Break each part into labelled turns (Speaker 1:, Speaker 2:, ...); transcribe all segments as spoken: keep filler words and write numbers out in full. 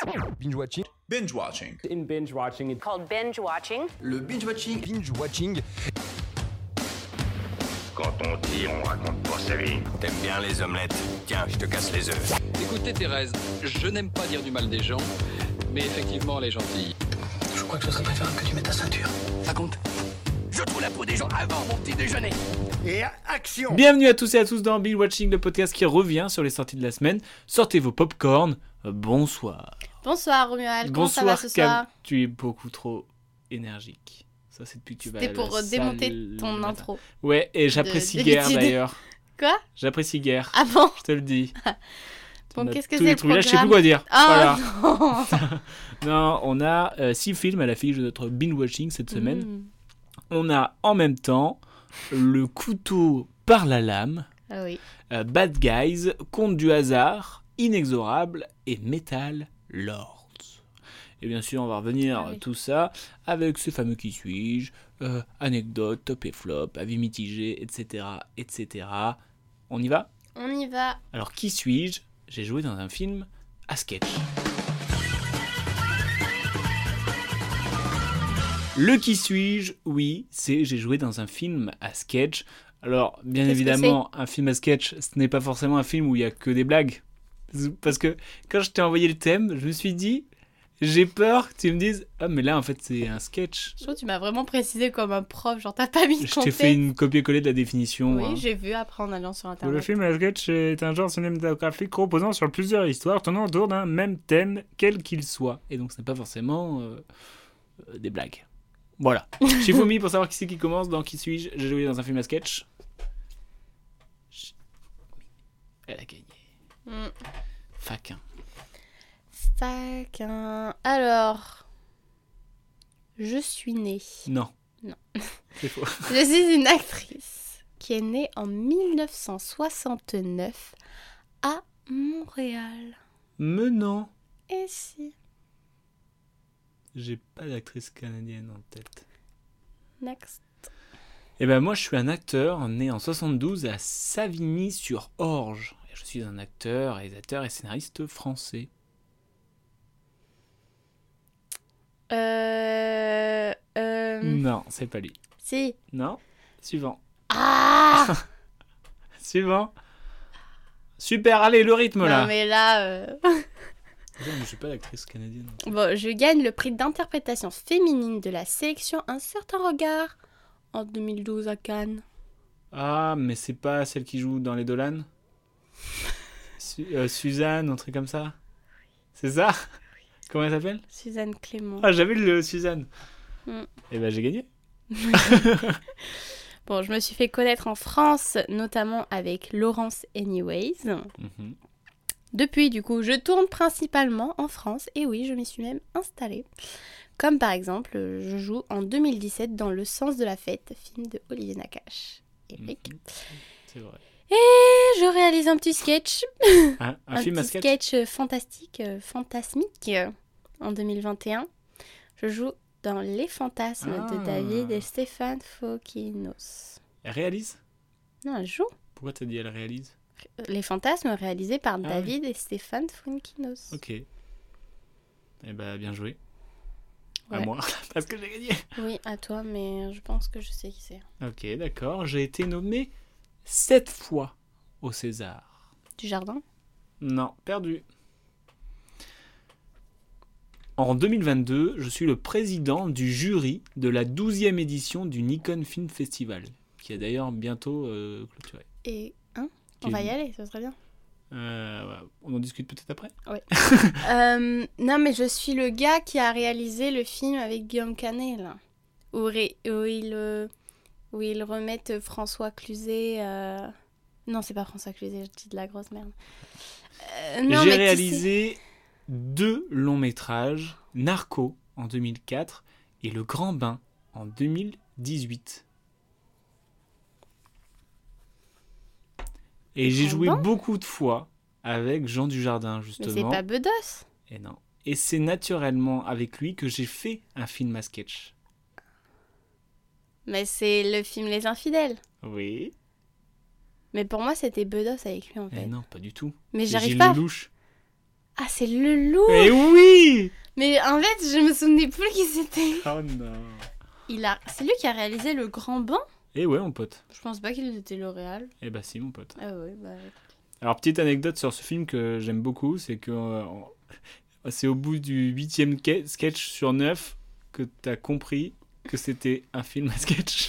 Speaker 1: Binge watching.
Speaker 2: Binge watching.
Speaker 3: In binge watching, it's
Speaker 4: called binge watching.
Speaker 1: Le binge watching. Binge watching.
Speaker 5: Quand on tire, on raconte pas sa vie. T'aimes bien les omelettes? Tiens, je te casse les œufs.
Speaker 6: Écoutez Thérèse, je n'aime pas dire du mal des gens, mais effectivement elle est gentille.
Speaker 7: Je crois que ce serait préférable que tu mettes ta ceinture.
Speaker 5: Raconte. Je trouve la peau des gens avant mon petit déjeuner.
Speaker 2: Et action!
Speaker 8: Bienvenue à tous et à tous dans Binge Watching, le podcast qui revient sur les sorties de la semaine. Sortez vos popcorn. Bonsoir.
Speaker 9: Bonsoir Romuald, comment
Speaker 8: Bonsoir,
Speaker 9: ça va ce
Speaker 8: Cam.
Speaker 9: soir?
Speaker 8: Tu es beaucoup trop énergique. Ça, c'est depuis que tu vas à
Speaker 9: C'était
Speaker 8: la
Speaker 9: pour
Speaker 8: salle
Speaker 9: démonter
Speaker 8: le
Speaker 9: ton
Speaker 8: matin.
Speaker 9: intro.
Speaker 8: Ouais, et j'apprécie
Speaker 9: de
Speaker 8: guère
Speaker 9: l'étude.
Speaker 8: d'ailleurs.
Speaker 9: Quoi?
Speaker 8: J'apprécie guère.
Speaker 9: Ah bon?
Speaker 8: Je te le dis.
Speaker 9: Bon,
Speaker 8: On a
Speaker 9: qu'est-ce que
Speaker 8: tous
Speaker 9: c'est
Speaker 8: les
Speaker 9: le
Speaker 8: trucs là, je sais plus
Speaker 9: programme?
Speaker 8: quoi dire.
Speaker 9: Oh
Speaker 8: Voilà.
Speaker 9: non.
Speaker 8: Non, on a euh, six films à l'affiche de notre binge watching cette semaine.
Speaker 9: Mm.
Speaker 8: On a en même temps Le couteau par la lame,
Speaker 9: Ah oui.
Speaker 8: euh, Bad Guys, Conte du hasard, Inexorable et Metal Lords. Et bien sûr, on va revenir
Speaker 9: Ah oui.
Speaker 8: à tout ça avec ces fameux qui suis-je, euh, anecdotes, top et flop, avis mitigés, et cetera, et cetera. On y va ?
Speaker 9: On y va.
Speaker 8: Alors, qui suis-je ? J'ai joué dans un film à sketch. Le qui suis-je, oui, c'est j'ai joué dans un film à sketch. Alors, bien
Speaker 9: Qu'est-ce que
Speaker 8: évidemment, un film à sketch, ce n'est pas forcément un film où il y a que des blagues. Parce que quand je t'ai envoyé le thème, je me suis dit, j'ai peur que tu me dises, ah mais là en fait c'est un sketch.
Speaker 9: Je trouve que tu m'as vraiment précisé comme un prof, genre t'as pas mis de
Speaker 8: Je t'ai
Speaker 9: contexte.
Speaker 8: fait une copier-coller de la définition.
Speaker 9: Oui,
Speaker 8: hein.
Speaker 9: j'ai vu après en allant sur
Speaker 8: Le
Speaker 9: internet.
Speaker 8: film à sketch est un genre cinématographique reposant sur plusieurs histoires tournant autour d'un même thème, quel qu'il soit. Et donc ce n'est pas forcément euh, euh, des blagues. Voilà. Shifumi, pour savoir qui c'est qui commence, dans Qui suis-je, j'ai joué dans un film à sketch. Elle a gagné.
Speaker 9: Mm.
Speaker 8: Faquin.
Speaker 9: Faquin. Alors, je suis née.
Speaker 8: Non.
Speaker 9: Non.
Speaker 8: C'est faux.
Speaker 9: Je suis une actrice qui est née en dix-neuf cent soixante-neuf à Montréal.
Speaker 8: Mais non.
Speaker 9: Et si?
Speaker 8: J'ai pas d'actrice canadienne en tête.
Speaker 9: Next.
Speaker 8: Eh ben moi je suis un acteur né en soixante-douze à Savigny-sur-Orge. Et je suis un acteur, réalisateur et scénariste français.
Speaker 9: Euh... euh...
Speaker 8: Non, c'est pas lui.
Speaker 9: Si.
Speaker 8: Non. Suivant.
Speaker 9: Ah
Speaker 8: Suivant. Super, allez, le rythme là.
Speaker 9: Non mais là... euh,
Speaker 8: Non, mais je suis pas d'actrice canadienne.
Speaker 9: Bon, je gagne le prix d'interprétation féminine de la sélection Un certain regard en deux mille douze à Cannes.
Speaker 8: Ah, mais c'est pas celle qui joue dans les Dolan Su- euh, Suzanne, un truc comme ça. C'est ça? Comment elle s'appelle?
Speaker 9: Suzanne Clément.
Speaker 8: Ah, j'avais le Suzanne.
Speaker 9: Mm.
Speaker 8: Eh ben j'ai gagné.
Speaker 9: Bon, je me suis fait connaître en France, notamment avec Laurence Anyways.
Speaker 8: Mhm.
Speaker 9: Depuis, du coup, je tourne principalement en France. Et oui, je m'y suis même installée. Comme par exemple, je joue en deux mille dix-sept dans Le sens de la fête, film de Olivier Nakache. Eric.
Speaker 8: Mhm. C'est vrai.
Speaker 9: Et je réalise un petit sketch.
Speaker 8: Un, un
Speaker 9: un
Speaker 8: film à
Speaker 9: petit
Speaker 8: sketch,
Speaker 9: sketch fantastique, euh, fantasmique, euh, en deux mille vingt et un. Je joue dans Les fantasmes
Speaker 8: Ah.
Speaker 9: de David et Stéphane Fokinos.
Speaker 8: Elle réalise?
Speaker 9: Non, elle joue.
Speaker 8: Pourquoi t'as dit elle réalise?
Speaker 9: Les fantasmes réalisés par
Speaker 8: Ah
Speaker 9: David et Stéphane Fokinos.
Speaker 8: Ok. Eh ben bien joué. À
Speaker 9: Ouais.
Speaker 8: moi, parce que j'ai gagné.
Speaker 9: Oui, à toi, mais je pense que je sais qui c'est.
Speaker 8: Ok, d'accord. J'ai été nommé sept fois au César.
Speaker 9: Du jardin.
Speaker 8: Non, perdu. En deux mille vingt-deux, je suis le président du jury de la douzième édition du Nikon Film Festival, qui est d'ailleurs bientôt euh, clôturé.
Speaker 9: Et hein
Speaker 8: Qui
Speaker 9: On
Speaker 8: est-
Speaker 9: va y aller, ce serait bien.
Speaker 8: Euh, ouais, on en discute peut-être après.
Speaker 9: Euh, non, mais je suis le gars qui a réalisé le film avec Guillaume Canet, là. Où, ré- où, ils, euh, où ils remettent François Cluzet... euh, Non, c'est pas François Cluzet, je dis de la grosse merde. Euh, non,
Speaker 8: J'ai
Speaker 9: mais tu
Speaker 8: réalisé deux longs métrages, Narco en deux mille quatre et Le Grand Bain en deux mille dix-huit. Et
Speaker 9: Le
Speaker 8: j'ai
Speaker 9: Grand
Speaker 8: joué
Speaker 9: Bain
Speaker 8: beaucoup de fois avec Jean Dujardin,
Speaker 9: sais-
Speaker 8: justement.
Speaker 9: Mais c'est pas Bedos.
Speaker 8: Et non. Et c'est naturellement avec lui que j'ai fait un film à sketch.
Speaker 9: Mais c'est le film Les Infidèles.
Speaker 8: Oui.
Speaker 9: Mais pour moi, c'était Bedos avec lui, en
Speaker 8: Eh
Speaker 9: fait.
Speaker 8: non, pas du tout.
Speaker 9: Mais
Speaker 8: C'est
Speaker 9: j'arrive
Speaker 8: Gilles
Speaker 9: pas.
Speaker 8: Lelouch.
Speaker 9: Ah, c'est le loup.
Speaker 8: Eh oui.
Speaker 9: Mais en fait, je me souvenais plus qui c'était.
Speaker 8: Oh non.
Speaker 9: Il a... C'est lui qui a réalisé Le Grand Bain.
Speaker 8: Eh ouais, mon pote.
Speaker 9: Je pense pas qu'il était lauréat.
Speaker 8: Eh bah si, mon pote.
Speaker 9: Ah ouais, bah...
Speaker 8: Alors, petite anecdote sur ce film que j'aime beaucoup, c'est que euh, c'est au bout du huitième ke- sketch sur neuf que t'as compris que c'était un film à sketch.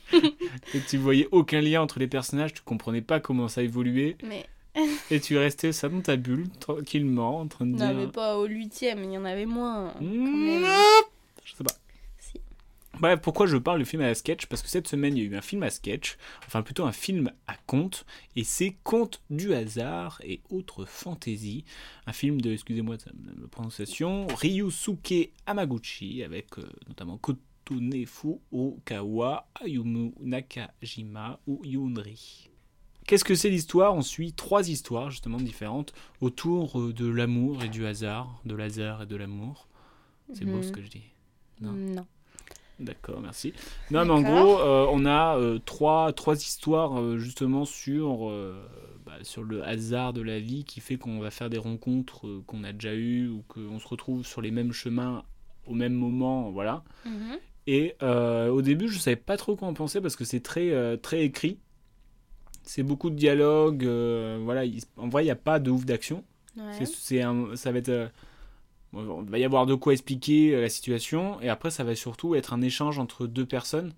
Speaker 8: Et tu voyais aucun lien entre les personnages, tu comprenais pas comment ça évoluait.
Speaker 9: Mais...
Speaker 8: Et tu restais ça dans ta bulle, tranquillement, en train de
Speaker 9: Non,
Speaker 8: dire...
Speaker 9: mais pas au huitième, il y en avait moins. Quand
Speaker 8: Mmh,
Speaker 9: même.
Speaker 8: je sais pas.
Speaker 9: Si.
Speaker 8: Bref, pourquoi je parle de film à sketch ? Parce que cette semaine, il y a eu un film à sketch, enfin plutôt un film à conte, et c'est Contes du hasard et autres fantaisies. Un film de, excusez-moi de la prononciation, Ryusuke Hamaguchi, avec euh, notamment Kotonefu Okawa, Ayumu Nakajima ou Yunri. Qu'est-ce que c'est l'histoire ? On suit trois histoires justement différentes autour euh, de l'amour et du hasard, de l'hasard et de l'amour. C'est beau
Speaker 9: Mhm.
Speaker 8: ce que je dis. Non.
Speaker 9: Non.
Speaker 8: D'accord, merci. Non, mais en
Speaker 9: D'accord.
Speaker 8: gros, euh, on a euh, trois, trois histoires euh, justement sur, euh, bah, sur le hasard de la vie qui fait qu'on va faire des rencontres euh, qu'on a déjà eues ou qu'on se retrouve sur les mêmes chemins au même moment, voilà.
Speaker 9: Mhm.
Speaker 8: Et euh, au début, je savais pas trop quoi en penser parce que c'est très, euh, très écrit. C'est beaucoup de dialogue. euh, voilà, il- en vrai, il n'y a pas de ouf d'action.
Speaker 9: Ouais.
Speaker 8: C'est, c'est un, ça va être, euh, bon, il va y avoir de quoi expliquer euh, la situation, et après ça va surtout être un échange entre deux personnes.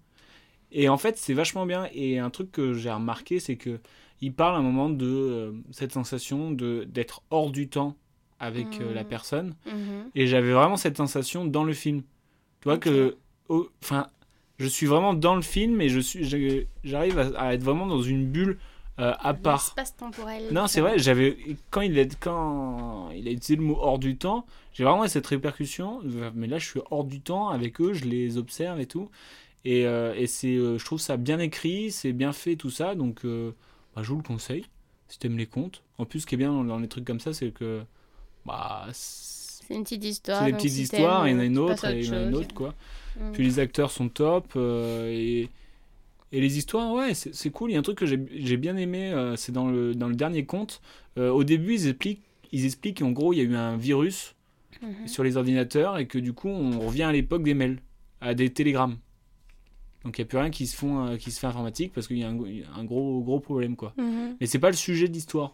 Speaker 8: Et en fait, c'est vachement bien. Et un truc que j'ai remarqué, c'est que il parle à un moment de euh, cette sensation de d'être hors du temps avec euh,
Speaker 9: Mhm.
Speaker 8: la personne.
Speaker 9: Mhm.
Speaker 8: Et j'avais vraiment cette sensation dans le film. Tu vois
Speaker 9: Ok.
Speaker 8: que, enfin, je suis vraiment dans le film et je suis, je- j'arrive à, à être vraiment dans une bulle euh, à part.
Speaker 9: L'espace temporel.
Speaker 8: Non, c'est vrai, j'avais quand il a quand il a utilisé le mot hors du temps, j'ai vraiment eu cette répercussion, mais là je suis hors du temps avec eux, je les observe et tout. Et, euh, et c'est euh, je trouve ça bien écrit, c'est bien fait tout ça, donc euh, bah, je vous le conseille si t'aimes les contes. En plus, ce qui est bien dans, dans les trucs comme ça, c'est que bah c'est
Speaker 9: C'est une petite histoire.
Speaker 8: c'est des
Speaker 9: donc
Speaker 8: petites
Speaker 9: si
Speaker 8: histoires, il y en a
Speaker 9: t'aimes,
Speaker 8: une
Speaker 9: tu
Speaker 8: autre,
Speaker 9: passes à
Speaker 8: et il y en a une
Speaker 9: chose.
Speaker 8: autre quoi.
Speaker 9: Mm.
Speaker 8: Puis les acteurs sont top euh, et Et les histoires, ouais, c'est, c'est cool. Il y a un truc que j'ai, j'ai bien aimé, euh, c'est dans le, dans le dernier conte. Euh, au début, ils expliquent, ils expliquent qu'en gros, il y a eu un virus
Speaker 9: Mhm.
Speaker 8: sur les ordinateurs et que du coup, on revient à l'époque des mails, à des télégrammes. Donc, il n'y a plus rien qui se, font, euh, qui se fait informatique parce qu'il y a un, un gros, gros problème, quoi.
Speaker 9: Mhm.
Speaker 8: Mais c'est pas le sujet de l'histoire.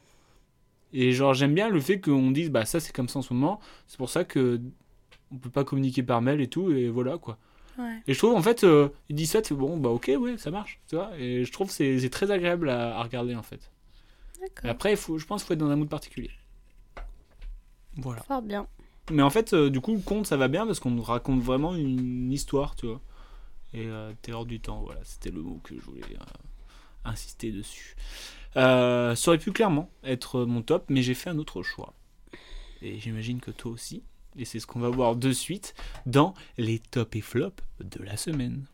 Speaker 8: Et genre, j'aime bien le fait qu'on dise, bah ça, c'est comme ça en ce moment. C'est pour ça que on peut pas communiquer par mail et tout, et voilà, quoi.
Speaker 9: Ouais.
Speaker 8: Et je trouve, en fait, euh, il dit ça, tu fais bon, bah ok, ouais, ça marche, tu vois. Et je trouve que c'est, c'est très agréable à, à regarder, en fait.
Speaker 9: D'accord.
Speaker 8: Et après, il faut, je pense qu'il faut être dans un mood particulier. Voilà.
Speaker 9: Fort bien.
Speaker 8: Mais en fait, euh, du coup, le conte, ça va bien parce qu'on nous raconte vraiment une histoire, tu vois. Et euh, t'es hors du temps, voilà, c'était le mot que je voulais euh, insister dessus. Euh, ça aurait pu clairement être mon top, mais j'ai fait un autre choix. Et j'imagine que toi aussi. Et c'est ce qu'on va voir de suite dans les tops et flops de la semaine.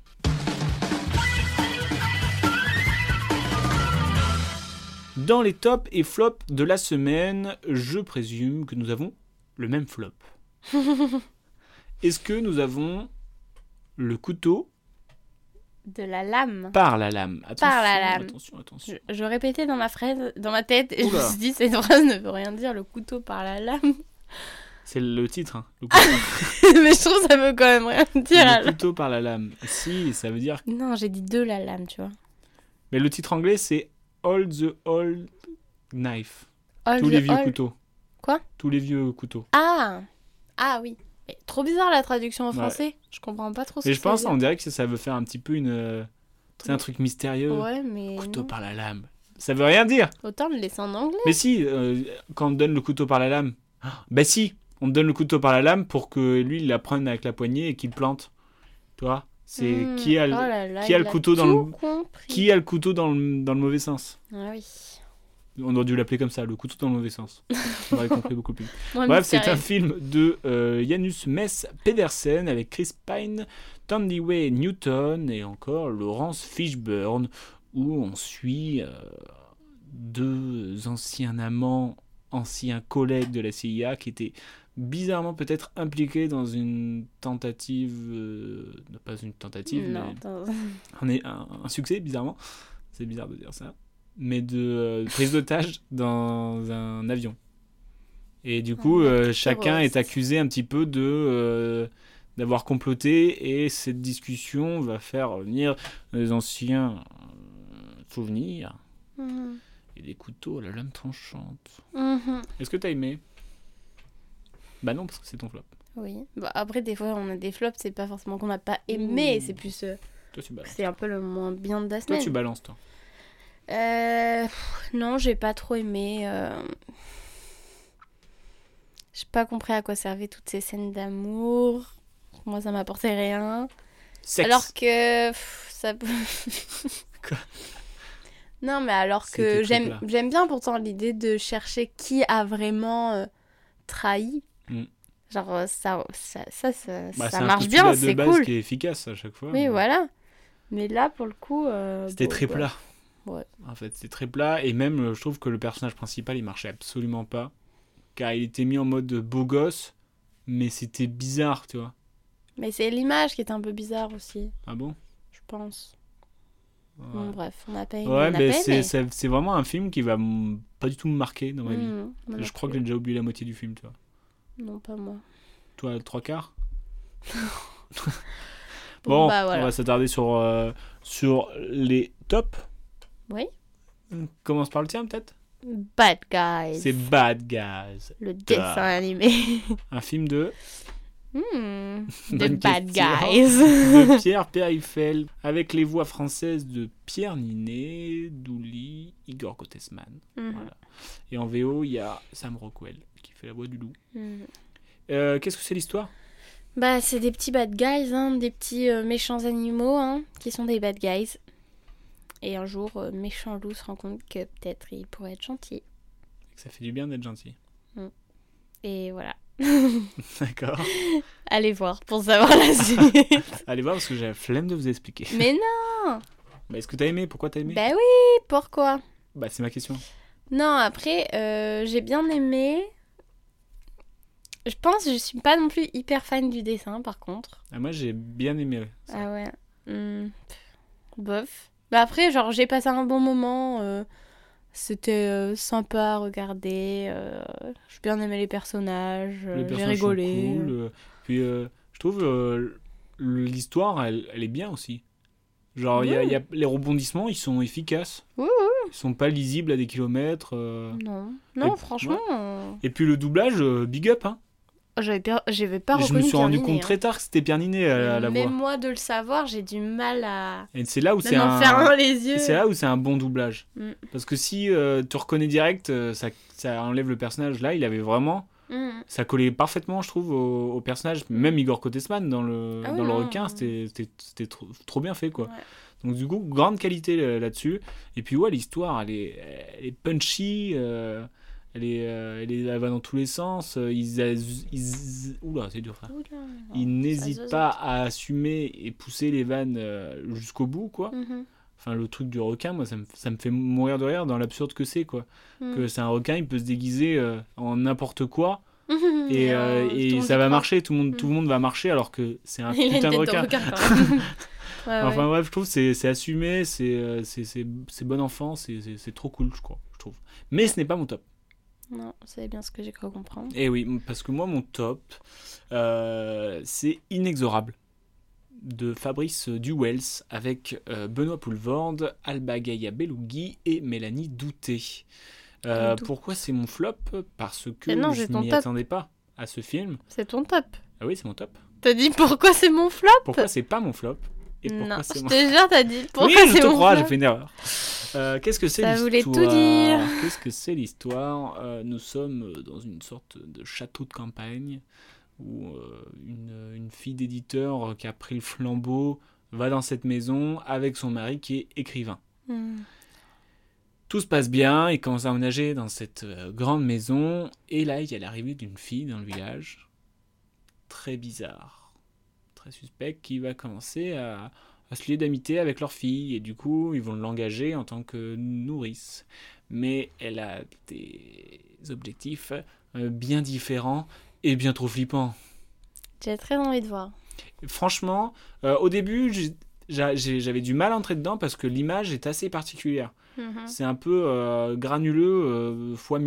Speaker 8: Dans les tops et flops de la semaine, je présume que nous avons le même flop. Est-ce que nous avons le couteau
Speaker 9: De la lame.
Speaker 8: par la lame ? Attention,
Speaker 9: Par la lame.
Speaker 8: attention, attention.
Speaker 9: Je, je répétais dans ma, phrase, dans ma tête et je
Speaker 8: Oula.
Speaker 9: me suis dit cette phrase ne veut rien dire, le couteau par la lame.
Speaker 8: C'est le titre, hein, le couteau.
Speaker 9: Mais je trouve que ça veut quand même rien dire.
Speaker 8: Le
Speaker 9: alors.
Speaker 8: couteau par la lame. Si, ça veut dire...
Speaker 9: Non, j'ai dit de la lame, tu vois.
Speaker 8: Mais le titre anglais, c'est All the Old Knife.
Speaker 9: All
Speaker 8: Tous
Speaker 9: the
Speaker 8: les vieux
Speaker 9: all-
Speaker 8: couteaux.
Speaker 9: Quoi ?
Speaker 8: Tous les vieux couteaux.
Speaker 9: Ah Ah oui. Mais trop bizarre la traduction en
Speaker 8: Ouais.
Speaker 9: français. Je comprends pas trop ce
Speaker 8: Et
Speaker 9: que
Speaker 8: je pense,
Speaker 9: ça
Speaker 8: on
Speaker 9: veut
Speaker 8: dirait que ça veut faire un petit peu une... euh, C'est un truc mystérieux.
Speaker 9: dire. Ouais, mais
Speaker 8: Couteau
Speaker 9: non.
Speaker 8: par la lame. Ça veut rien dire.
Speaker 9: Autant le laisser en anglais.
Speaker 8: Mais si, euh, quand on te donne le couteau par la lame... Ah, bah si, on te donne le couteau par la lame pour que lui, il la prenne avec la poignée et qu'il plante. Tu vois ? C'est
Speaker 9: Hmm.
Speaker 8: qui a le...
Speaker 9: Oh là là,
Speaker 8: qui a
Speaker 9: il
Speaker 8: le couteau dans
Speaker 9: tout
Speaker 8: le-
Speaker 9: compris.
Speaker 8: Qui a le couteau dans le, dans le mauvais sens ?
Speaker 9: Ah oui.
Speaker 8: On aurait dû l'appeler comme ça, le couteau dans le mauvais sens. On aurait compris beaucoup plus.
Speaker 9: Moins
Speaker 8: Bref, c'est un
Speaker 9: mystérieux.
Speaker 8: film de euh, Janus Mess Pedersen avec Chris Pine, Thandiwe Newton et encore Laurence Fishburne, où on suit euh, deux anciens amants, anciens collègues de la C I A qui étaient bizarrement peut-être impliqués dans une tentative, euh, pas une tentative,
Speaker 9: Non,
Speaker 8: mais
Speaker 9: attends.
Speaker 8: on est un, un succès bizarrement, c'est bizarre de dire ça, mais de euh, prise d'otage dans un avion. Et du coup,
Speaker 9: Ouais,
Speaker 8: euh, chacun
Speaker 9: terroriste.
Speaker 8: est accusé un petit peu de euh, d'avoir comploté, et cette discussion va faire revenir les anciens euh, souvenirs
Speaker 9: Mhm.
Speaker 8: et des couteaux à la lame tranchante.
Speaker 9: Mhm.
Speaker 8: Est-ce que t'as aimé ? Bah non, parce que c'est ton flop.
Speaker 9: Oui. Bah, après, des fois, on a des flops, c'est pas forcément qu'on n'a pas aimé,
Speaker 8: Ouh.
Speaker 9: c'est plus. euh,
Speaker 8: Toi, tu balances.
Speaker 9: c'est un peu le moins bien de la
Speaker 8: Toi,
Speaker 9: semaine.
Speaker 8: tu balances, toi.
Speaker 9: Euh, pff, non, j'ai pas trop aimé. euh, J'ai pas compris à quoi servaient toutes ces scènes d'amour. Moi, ça m'apportait rien.
Speaker 8: Sexe.
Speaker 9: Alors que pff, ça.
Speaker 8: Quoi ?
Speaker 9: Non, mais alors
Speaker 8: C'était
Speaker 9: que
Speaker 8: très
Speaker 9: j'aime
Speaker 8: plat.
Speaker 9: j'aime bien pourtant l'idée de chercher qui a vraiment euh, trahi.
Speaker 8: Mm.
Speaker 9: Genre euh, ça ça ça ça,
Speaker 8: Bah,
Speaker 9: ça
Speaker 8: c'est un
Speaker 9: marche
Speaker 8: postulat
Speaker 9: bien,
Speaker 8: de
Speaker 9: c'est
Speaker 8: base
Speaker 9: cool.
Speaker 8: qui est efficace à chaque fois.
Speaker 9: Oui,
Speaker 8: mais
Speaker 9: voilà. Mais là pour le coup euh,
Speaker 8: C'était
Speaker 9: bon,
Speaker 8: très
Speaker 9: bah,
Speaker 8: plat.
Speaker 9: Ouais.
Speaker 8: En fait, c'était très plat, et même euh, je trouve que le personnage principal il marchait absolument pas, car il était mis en mode beau gosse, mais c'était bizarre, tu vois.
Speaker 9: Mais c'est l'image qui est un peu bizarre aussi,
Speaker 8: Ah bon ?
Speaker 9: je pense.
Speaker 8: Ouais,
Speaker 9: Bon, bref, on n'a pas aimé.
Speaker 8: Ouais,
Speaker 9: on n'a
Speaker 8: mais
Speaker 9: pas
Speaker 8: c'est,
Speaker 9: aimé.
Speaker 8: c'est, c'est vraiment un film qui va m- pas du tout me marquer dans ma vie.
Speaker 9: Mmh, moi non
Speaker 8: Je crois que
Speaker 9: plus.
Speaker 8: j'ai déjà oublié la moitié du film, tu vois.
Speaker 9: Non, pas moi.
Speaker 8: Toi, le trois quarts ?
Speaker 9: Bon,
Speaker 8: Bon,
Speaker 9: bah, voilà.
Speaker 8: on va s'attarder sur, euh, sur les tops.
Speaker 9: Oui.
Speaker 8: On commence par le tien, peut-être ?
Speaker 9: Bad Guys.
Speaker 8: C'est Bad Guys.
Speaker 9: Le dessin animé.
Speaker 8: Un film de...
Speaker 9: Hmm, de
Speaker 8: Bonne
Speaker 9: Bad
Speaker 8: question.
Speaker 9: Guys.
Speaker 8: de Pierre Perifel, avec les voix françaises de Pierre Ninet, Douli, Igor Gottesman.
Speaker 9: Mhm.
Speaker 8: Voilà. Et en V O, il y a Sam Rockwell qui fait la voix du loup.
Speaker 9: Mhm.
Speaker 8: Euh, qu'est-ce que c'est l'histoire ?
Speaker 9: Bah, c'est des petits bad guys, hein, des petits euh, méchants animaux, hein, qui sont des bad guys. Et un jour, euh, méchant loup se rend compte que peut-être il pourrait être gentil.
Speaker 8: Ça fait du bien d'être gentil.
Speaker 9: Et voilà.
Speaker 8: D'accord.
Speaker 9: Allez voir pour savoir la suite.
Speaker 8: Allez voir parce que j'ai la flemme de vous expliquer.
Speaker 9: Mais non.
Speaker 8: Bah, est-ce que t'as aimé ? Pourquoi t'as aimé ?
Speaker 9: Bah oui, pourquoi ?
Speaker 8: Bah, c'est ma question.
Speaker 9: Non, après, euh, j'ai bien aimé. Je pense que je suis pas non plus hyper fan du dessin, par contre.
Speaker 8: Ah, moi, j'ai bien aimé. ça.
Speaker 9: Ah ouais. Hmm, pff, bof. Bah après, genre, j'ai passé un bon moment. euh, C'était euh, sympa à regarder. euh, J'ai bien aimé les personnages. euh,
Speaker 8: Les
Speaker 9: J'ai
Speaker 8: personnages
Speaker 9: rigolé.
Speaker 8: sont cool. euh, Puis, euh, je trouve euh, l'histoire, elle, elle est bien aussi. Genre, il y a- il y a, les rebondissements, ils sont efficaces.
Speaker 9: Oui,
Speaker 8: Ils sont pas lisibles à des kilomètres. euh.
Speaker 9: Non, non,
Speaker 8: Et-
Speaker 9: franchement, euh,
Speaker 8: Et puis le doublage, euh, big up. Hein.
Speaker 9: j'avais per- j'avais pas
Speaker 8: je
Speaker 9: reconnu
Speaker 8: me suis
Speaker 9: Pierre
Speaker 8: rendu
Speaker 9: Ninet,
Speaker 8: compte
Speaker 9: hein.
Speaker 8: très tard que c'était Pierre Ninet à, à la
Speaker 9: Même
Speaker 8: voix.
Speaker 9: moi de le savoir, j'ai du mal à.
Speaker 8: Et c'est là où c'est
Speaker 9: Même en
Speaker 8: un...
Speaker 9: fermant les yeux.
Speaker 8: et c'est là où c'est un bon doublage.
Speaker 9: Mm.
Speaker 8: Parce que si euh, tu reconnais direct, euh, ça, ça enlève le personnage. Là, il avait vraiment...
Speaker 9: Mm.
Speaker 8: Ça collait parfaitement, je trouve, au, au personnage. Même Igor Kottesman dans le,
Speaker 9: Ah oui,
Speaker 8: dans le
Speaker 9: non.
Speaker 8: requin, c'était, c'était, c'était trop, trop bien fait, quoi.
Speaker 9: Ouais.
Speaker 8: Donc du coup, grande qualité euh, là-dessus. Et puis ouais, l'histoire, elle est, elle est punchy, euh, elle, est, euh, elle, est, elle va dans tous les sens. euh, Ils, az- ils, oula, c'est dur ça.
Speaker 9: Oula.
Speaker 8: Ils
Speaker 9: Ça
Speaker 8: n'hésitent
Speaker 9: zozote.
Speaker 8: pas à assumer et pousser les vannes euh, jusqu'au bout, quoi.
Speaker 9: Mhm.
Speaker 8: Enfin, le truc du requin, moi, ça me, ça me fait mourir de rire dans l'absurde que c'est, quoi.
Speaker 9: Mm.
Speaker 8: Que c'est un requin, il peut se déguiser euh, en n'importe quoi.
Speaker 9: Mhm.
Speaker 8: Et, euh,
Speaker 9: euh,
Speaker 8: et
Speaker 9: tout le monde
Speaker 8: ça
Speaker 9: y
Speaker 8: va
Speaker 9: croit.
Speaker 8: marcher, tout le, monde,
Speaker 9: Mm.
Speaker 8: tout le monde va marcher alors que c'est un
Speaker 9: Il a une
Speaker 8: putain de
Speaker 9: tête de
Speaker 8: requin.
Speaker 9: requin quand même. Ouais,
Speaker 8: Enfin
Speaker 9: ouais.
Speaker 8: bref, je trouve que c'est, c'est assumé, c'est, euh, c'est, c'est, c'est bon enfant, c'est, c'est, c'est trop cool, je crois, je trouve. Mais ce n'est pas mon top.
Speaker 9: Non, c'est bien ce que j'ai cru comprendre.
Speaker 8: Et oui, parce que moi, mon top, euh, c'est Inexorable de Fabrice Duwels avec euh, Benoît Poulvorde, Alba Gaïa Belougui et Mélanie Douté. Euh,
Speaker 9: Douté.
Speaker 8: pourquoi c'est mon flop ? Parce que
Speaker 9: Mais non,
Speaker 8: je
Speaker 9: c'est ton
Speaker 8: m'y
Speaker 9: top.
Speaker 8: attendais pas à ce film.
Speaker 9: C'est ton top.
Speaker 8: Ah oui, c'est mon top.
Speaker 9: T'as dit pourquoi c'est mon flop ?
Speaker 8: Pourquoi c'est pas mon flop ? Et pourquoi
Speaker 9: Non,
Speaker 8: c'est
Speaker 9: je
Speaker 8: mon
Speaker 9: te jure, t'as dit pourquoi
Speaker 8: Oui, je
Speaker 9: c'est
Speaker 8: te
Speaker 9: mon
Speaker 8: crois,
Speaker 9: flop.
Speaker 8: j'ai fait une erreur. Euh, qu'est-ce que c'est
Speaker 9: Ça
Speaker 8: l'histoire
Speaker 9: voulait tout dire.
Speaker 8: Qu'est-ce que c'est l'histoire Euh, Nous sommes euh, dans une sorte de château de campagne où euh, une, une fille d'éditeur qui a pris le flambeau va dans cette maison avec son mari qui est écrivain.
Speaker 9: Hmm.
Speaker 8: Tout se passe bien, ils commencent à emménager dans cette euh, grande maison et là il y a l'arrivée d'une fille dans le village très bizarre, très suspect, qui va commencer à, à se lier d'amitié avec leur fille et du coup ils vont l'engager en tant que nourrice. Mais elle a des objectifs euh, bien différents et bien trop flippants.
Speaker 9: J'ai très envie de voir.
Speaker 8: Franchement, euh, au début j'ai- j'a- j'ai- j'avais du mal à entrer dedans parce que l'image est assez particulière.
Speaker 9: Mhm.
Speaker 8: C'est un peu euh, granuleux euh, fois mille.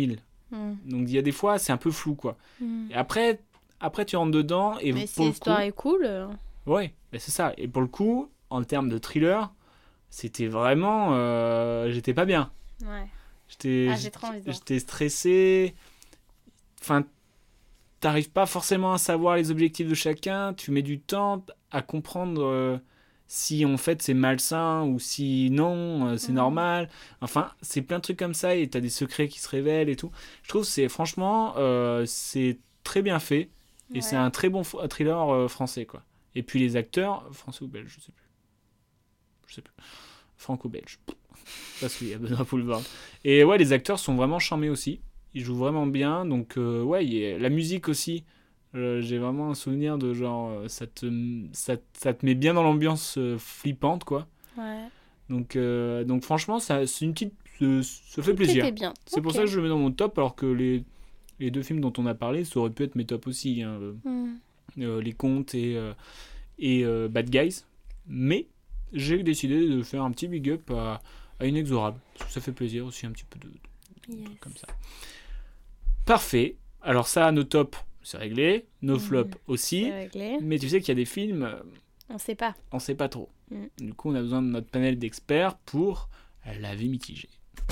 Speaker 9: Mm.
Speaker 8: Donc, il y a des fois, c'est un peu flou, quoi.
Speaker 9: Mm.
Speaker 8: Et après, après, tu rentres dedans et
Speaker 9: Mais
Speaker 8: pour
Speaker 9: si
Speaker 8: le
Speaker 9: l'histoire
Speaker 8: coup...
Speaker 9: est cool. euh,
Speaker 8: Ouais, bah, c'est ça. Et pour le coup, en termes de thriller, c'était vraiment... euh, j'étais pas bien.
Speaker 9: Ouais.
Speaker 8: J'étais,
Speaker 9: Ah, j'ai trop envie de voir.
Speaker 8: j'étais stressé. Enfin, t'arrives pas forcément à savoir les objectifs de chacun. Tu mets du temps à comprendre euh, si en fait c'est malsain ou si non, euh, c'est
Speaker 9: Mhm.
Speaker 8: normal. Enfin, c'est plein de trucs comme ça et t'as des secrets qui se révèlent et tout. Je trouve que c'est franchement, euh, c'est très bien fait et
Speaker 9: Ouais.
Speaker 8: c'est un très bon f- thriller euh, français, quoi. Et puis les acteurs, français ou belges, je sais plus. Je sais plus. Franco-belge. Parce qu'il y a Benoît Poulvord. Et ouais, les acteurs sont vraiment charmés aussi. Ils jouent vraiment bien. Donc, euh, ouais, il y a la musique aussi. Euh, j'ai vraiment un souvenir de genre, euh, ça te, ça, ça te met bien dans l'ambiance euh, flippante, quoi.
Speaker 9: Ouais.
Speaker 8: Donc, euh, donc franchement, ça, c'est une petite. euh, ça fait
Speaker 9: Tout
Speaker 8: plaisir.
Speaker 9: était bien.
Speaker 8: C'est pour
Speaker 9: Ok.
Speaker 8: ça que je le mets dans mon top, alors que les, les deux films dont on a parlé, ça aurait pu être mes tops aussi. Hein.
Speaker 9: Mm.
Speaker 8: Euh, les Contes et, euh, et euh, Bad Guys. Mais j'ai décidé de faire un petit big up à, à Inexorable. Parce que ça fait plaisir aussi, un petit peu de, de
Speaker 9: Yes.
Speaker 8: trucs comme ça. Parfait. Alors ça, nos tops, c'est réglé. Nos
Speaker 9: Mhm.
Speaker 8: flops aussi.
Speaker 9: C'est réglé.
Speaker 8: Mais tu sais qu'il y a des films, euh,
Speaker 9: On sait pas.
Speaker 8: on sait pas trop.
Speaker 9: Mhm.
Speaker 8: Du coup, on a besoin de notre panel d'experts pour l'avis mitigé.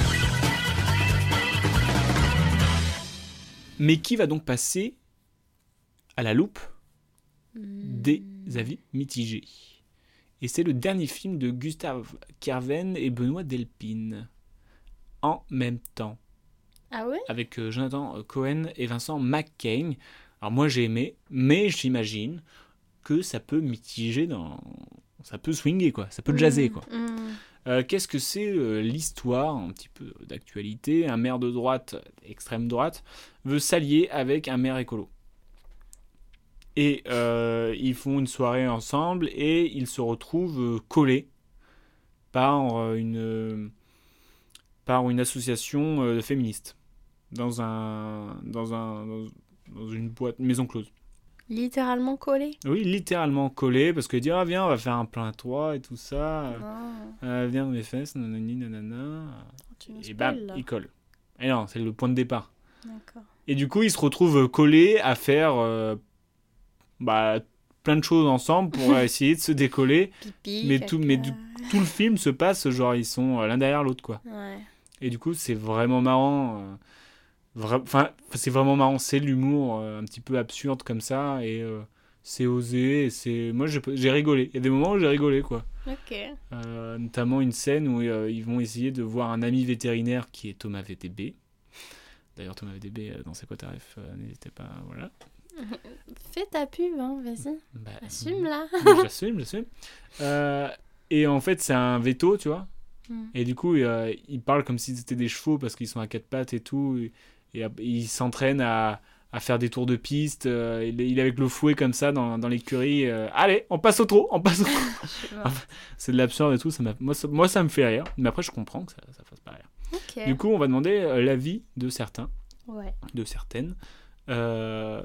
Speaker 8: Mais qui va donc passer à la loupe des avis mitigés? Et c'est le dernier film de Gustave Kerven et Benoît Delpine. En même temps.
Speaker 9: Ah ouais?
Speaker 8: Avec euh, Jonathan Cohen et Vincent McCain. Alors moi j'ai aimé, mais j'imagine que ça peut mitiger dans... Ça peut swinger, quoi. Ça peut jazzer, quoi.
Speaker 9: Mm.
Speaker 8: Euh, qu'est-ce que c'est euh, l'histoire, un petit peu d'actualité? Un maire de droite, extrême droite, veut s'allier avec un maire écolo. Et euh, ils font une soirée ensemble et ils se retrouvent euh, collés par euh, une, euh, par une association euh, féministe dans, un, dans, un, dans, dans une boîte, une maison close.
Speaker 9: Littéralement collé.
Speaker 8: Oui, littéralement collés parce qu'ils disent ah, viens, on va faire un plein trois et tout ça.
Speaker 9: Non.
Speaker 8: Euh, viens dans mes fesses, nanani, nanana.
Speaker 9: Tu nous
Speaker 8: Et bam,
Speaker 9: spoil, là.
Speaker 8: ils collent. Et non, c'est le point de départ.
Speaker 9: D'accord.
Speaker 8: Et du coup, ils se retrouvent collés à faire euh, bah, plein de choses ensemble pour essayer de se décoller.
Speaker 9: Pipi,
Speaker 8: Mais
Speaker 9: caca.
Speaker 8: tout, mais du- tout le film se passe, genre, ils sont euh, l'un derrière l'autre, quoi.
Speaker 9: Ouais.
Speaker 8: Et du coup, c'est vraiment marrant. euh, vra- Enfin, c'est vraiment marrant. C'est de l'humour euh, un petit peu absurde comme ça. Et euh, c'est osé. Et c'est... Moi, j'ai, j'ai rigolé. Il y a des moments où j'ai rigolé, quoi.
Speaker 9: Ok.
Speaker 8: Euh, notamment une scène où euh, ils vont essayer de voir un ami vétérinaire qui est Thomas V D B. D'ailleurs, Thomas V D B, euh, dans C'est quoi ta ref, euh, n'hésitez pas, voilà.
Speaker 9: Fais ta pub, hein, vas-y.
Speaker 8: Bah,
Speaker 9: Assume là.
Speaker 8: euh, J'assume, j'assume. Euh, et en fait, c'est un veto, tu vois.
Speaker 9: Mm.
Speaker 8: Et du coup, euh, ils parlent comme si c'était des chevaux parce qu'ils sont à quatre pattes et tout. Et, et, ap- ils s'entraînent à, à faire des tours de piste. euh, il, est, il est avec le fouet comme ça dans, dans l'écurie. euh, Allez, on passe au trot, on passe au trot.
Speaker 9: Je suis morte.
Speaker 8: C'est de l'absurde et tout. Ça m'a- moi, ça, moi, ça me fait rire. Mais après, je comprends que ça, ça fasse pas rire.
Speaker 9: Ok.
Speaker 8: Du coup, on va demander euh, l'avis de certains,
Speaker 9: Ouais.
Speaker 8: de certaines. Euh,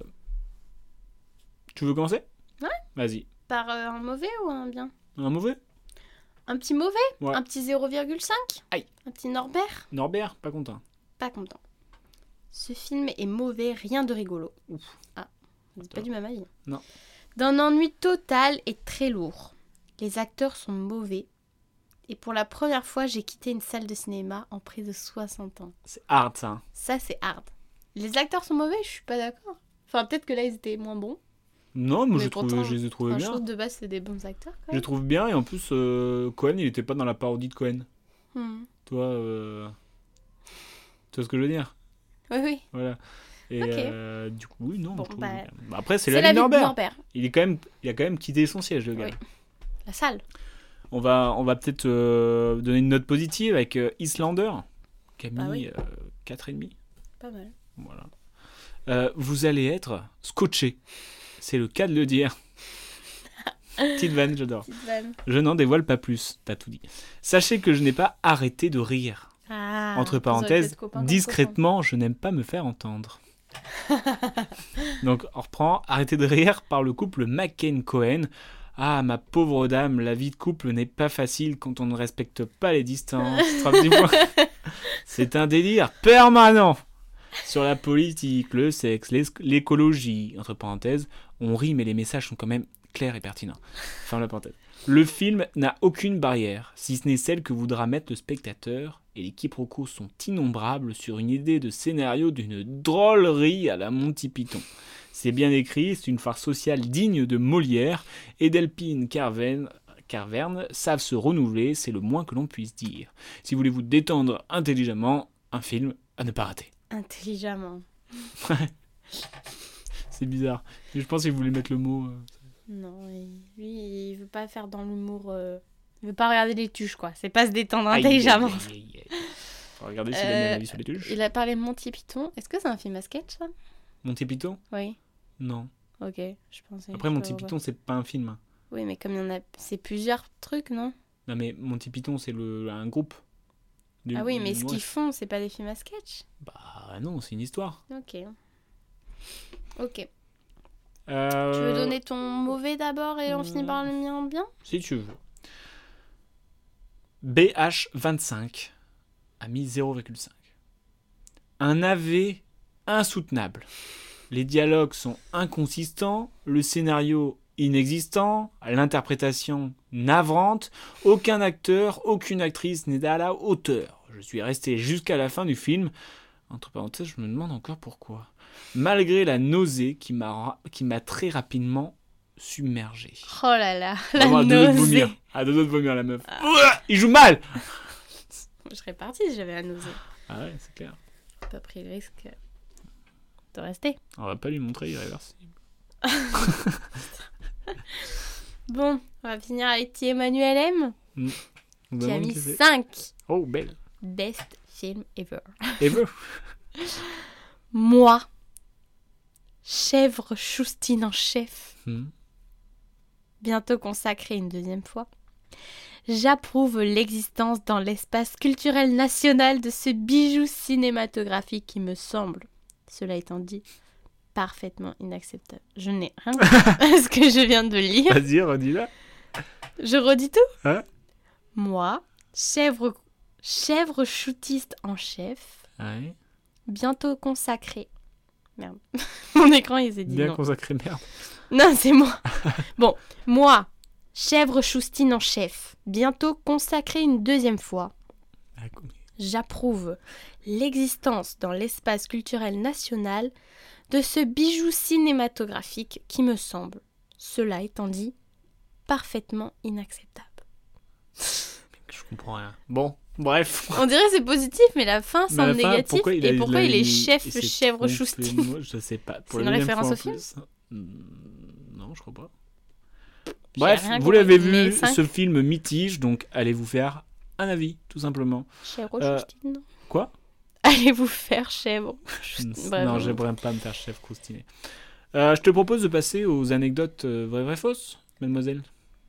Speaker 8: Tu veux commencer?
Speaker 9: Ouais.
Speaker 8: Vas-y.
Speaker 9: Par euh, un mauvais ou un bien?
Speaker 8: Un mauvais?
Speaker 9: Un petit mauvais?
Speaker 8: Ouais.
Speaker 9: Un petit zéro virgule cinq?
Speaker 8: Aïe.
Speaker 9: Un petit Norbert?
Speaker 8: Norbert, pas content.
Speaker 9: Pas content. Ce film est mauvais, rien de rigolo.
Speaker 8: Ouf.
Speaker 9: Ah, vous dites pas du même avis.
Speaker 8: Non.
Speaker 9: D'un ennui total et très lourd. Les acteurs sont mauvais. Et pour la première fois, j'ai quitté une salle de cinéma en près de soixante ans.
Speaker 8: C'est hard, ça. hein.
Speaker 9: Ça, c'est hard. Les acteurs sont mauvais, je suis pas d'accord. Enfin, peut-être que là, ils étaient moins bons.
Speaker 8: Non, moi,
Speaker 9: Mais
Speaker 8: je, trouve,
Speaker 9: pourtant,
Speaker 8: je les ai trouvés
Speaker 9: Enfin, je
Speaker 8: bien.
Speaker 9: trouve de base, c'est des bons acteurs, quand
Speaker 8: Je les
Speaker 9: même.
Speaker 8: trouve bien, et en plus, euh, Cohen, il était pas dans la parodie de Cohen.
Speaker 9: Hmm.
Speaker 8: Toi, euh... tu vois ce que je veux dire?
Speaker 9: Oui, oui.
Speaker 8: Voilà. Et
Speaker 9: Ok.
Speaker 8: euh, du coup, oui, non,
Speaker 9: Bon,
Speaker 8: je trouve
Speaker 9: bah,
Speaker 8: bien. Bah, après, c'est
Speaker 9: C'est
Speaker 8: la
Speaker 9: la
Speaker 8: vie
Speaker 9: vie
Speaker 8: de Norbert.
Speaker 9: de Norbert.
Speaker 8: Il, est quand même, il a quand même quitté son siège, le gars.
Speaker 9: Oui. La salle.
Speaker 8: On va, on va peut-être euh, donner une note positive avec euh, Islander, qui a mis
Speaker 9: Bah oui.
Speaker 8: euh, quatre virgule cinq.
Speaker 9: Pas mal.
Speaker 8: Voilà. Euh, vous allez être scotché. C'est le cas de le dire. Petite vanne, j'adore.
Speaker 9: Petite vanne.
Speaker 8: Je n'en dévoile pas plus, t'as tout dit. Sachez que je n'ai pas arrêté de rire.
Speaker 9: Ah,
Speaker 8: Entre
Speaker 9: vous auriez pu
Speaker 8: parenthèses,
Speaker 9: être copains comme
Speaker 8: discrètement, je n'aime pas me faire entendre. Donc, on reprend. Arrêtez de rire par le couple McCain-Cohen. Ah, ma pauvre dame, la vie de couple n'est pas facile quand on ne respecte pas les distances. Trois petits points. C'est un délire permanent. sur la politique, le sexe, l'es- l'écologie, entre parenthèses. On rit, mais les messages sont quand même clairs et pertinents. Ferme la parenthèse. Le film n'a aucune barrière, si ce n'est celle que voudra mettre le spectateur, et les quiproquos sont innombrables sur une idée de scénario d'une drôlerie à la Monty Python. C'est bien écrit, c'est une farce sociale digne de Molière, et Delphine Carverne, Carverne savent se renouveler, c'est le moins que l'on puisse dire. Si vous voulez vous détendre intelligemment, un film à ne pas rater.
Speaker 9: Intelligemment.
Speaker 8: C'est bizarre. Mais je pense qu'il voulait mettre le mot... euh,
Speaker 9: Non, il- lui, il veut pas faire dans l'humour. euh, Il veut pas regarder les tuches, quoi. C'est pas se détendre
Speaker 8: aïe,
Speaker 9: intelligemment.
Speaker 8: aïe, aïe, aïe. Faut regarder s'il a mis
Speaker 9: Euh,
Speaker 8: un avis sur les tuches.
Speaker 9: Il a parlé de Monty Python. Est-ce que c'est un film à sketch, ça?
Speaker 8: Monty Python?
Speaker 9: Oui.
Speaker 8: Non.
Speaker 9: Ok, je pensais.
Speaker 8: Après,
Speaker 9: je
Speaker 8: Monty
Speaker 9: vois.
Speaker 8: Python, c'est pas un film. hein.
Speaker 9: Oui, mais comme il y en a. C'est plusieurs trucs, non?
Speaker 8: Non, mais Monty Python, c'est le... un groupe. Du-
Speaker 9: Ah oui, mais ce
Speaker 8: ouais.
Speaker 9: qu'ils font, c'est pas des films à sketch?
Speaker 8: Bah non, c'est une histoire.
Speaker 9: Ok. Ok.
Speaker 8: Euh,
Speaker 9: Tu veux donner ton mauvais d'abord et on
Speaker 8: euh,
Speaker 9: finit par le mien en bien?
Speaker 8: Si tu veux. B H vingt-cinq a mis zéro virgule cinq. Un A V insoutenable. Les dialogues sont inconsistants, le scénario inexistant, l'interprétation navrante, aucun acteur, aucune actrice n'est à la hauteur. Je suis resté jusqu'à la fin du film. Entre parenthèses, je me demande encore pourquoi. Malgré la nausée qui m'a, ra- qui m'a très rapidement submergé.
Speaker 9: Oh là là, la
Speaker 8: Vraiment, à deux doigts de
Speaker 9: nausée.
Speaker 8: vomir. À deux doigts de vomir, la meuf. Ouah, il joue mal.
Speaker 9: Je serais partie si j'avais la nausée.
Speaker 8: Ah ouais, c'est clair.
Speaker 9: J'ai pas pris le risque de rester.
Speaker 8: On va pas lui montrer irréversible.
Speaker 9: Bon, on va finir avec petit Emmanuel M.
Speaker 8: On
Speaker 9: Qui a
Speaker 8: demande
Speaker 9: mis
Speaker 8: qui c'est.
Speaker 9: cinq.
Speaker 8: Oh, belle.
Speaker 9: Best film ever.
Speaker 8: Ever.
Speaker 9: Moi, chèvre choustine en chef,
Speaker 8: Hmm.
Speaker 9: bientôt consacrée une deuxième fois, j'approuve l'existence dans l'espace culturel national de ce bijou cinématographique qui me semble, cela étant dit, parfaitement inacceptable. Je n'ai rien compris à ce que je viens de lire.
Speaker 8: Vas-y, redis-la.
Speaker 9: Je redis tout.
Speaker 8: Hein
Speaker 9: Moi, chèvre, chèvre shootiste en chef,
Speaker 8: Ouais.
Speaker 9: bientôt consacré. Merde. Mon écran, il s'est dit
Speaker 8: Bien
Speaker 9: non.
Speaker 8: consacré, merde.
Speaker 9: Non, c'est moi. Bon, moi, chèvre choustine en chef, bientôt consacré une deuxième fois.
Speaker 8: Ah, cool.
Speaker 9: J'approuve l'existence dans l'espace culturel national de ce bijou cinématographique qui me semble, cela étant dit, parfaitement inacceptable.
Speaker 8: Je comprends rien. Bon, bref.
Speaker 9: On dirait que c'est positif, mais la fin
Speaker 8: Mais à la
Speaker 9: semble
Speaker 8: fin,
Speaker 9: négative.
Speaker 8: pourquoi il a-
Speaker 9: Et pourquoi
Speaker 8: il
Speaker 9: il,
Speaker 8: a-
Speaker 9: est
Speaker 8: il-
Speaker 9: chef
Speaker 8: il s'est
Speaker 9: chèvre
Speaker 8: trompé de
Speaker 9: choustine?
Speaker 8: mot, Je sais pas. Pour
Speaker 9: C'est
Speaker 8: la
Speaker 9: une
Speaker 8: deuxième
Speaker 9: référence
Speaker 8: fois
Speaker 9: au
Speaker 8: en
Speaker 9: film
Speaker 8: plus. Hmm, Non, je crois pas.
Speaker 9: J'ai
Speaker 8: Bref,
Speaker 9: rien
Speaker 8: vous
Speaker 9: compris,
Speaker 8: l'avez
Speaker 9: mais
Speaker 8: vu,
Speaker 9: cinq.
Speaker 8: ce film mitige, donc allez vous faire un avis, tout simplement.
Speaker 9: Chèvre
Speaker 8: Euh,
Speaker 9: choustine.
Speaker 8: Quoi
Speaker 9: Allez vous faire chèvre choustine. Bref,
Speaker 8: Non,
Speaker 9: bon.
Speaker 8: j'aimerais pas me faire chef croustiner. Euh, je te propose de passer aux anecdotes euh, vraies, vraies, fausses, mademoiselle.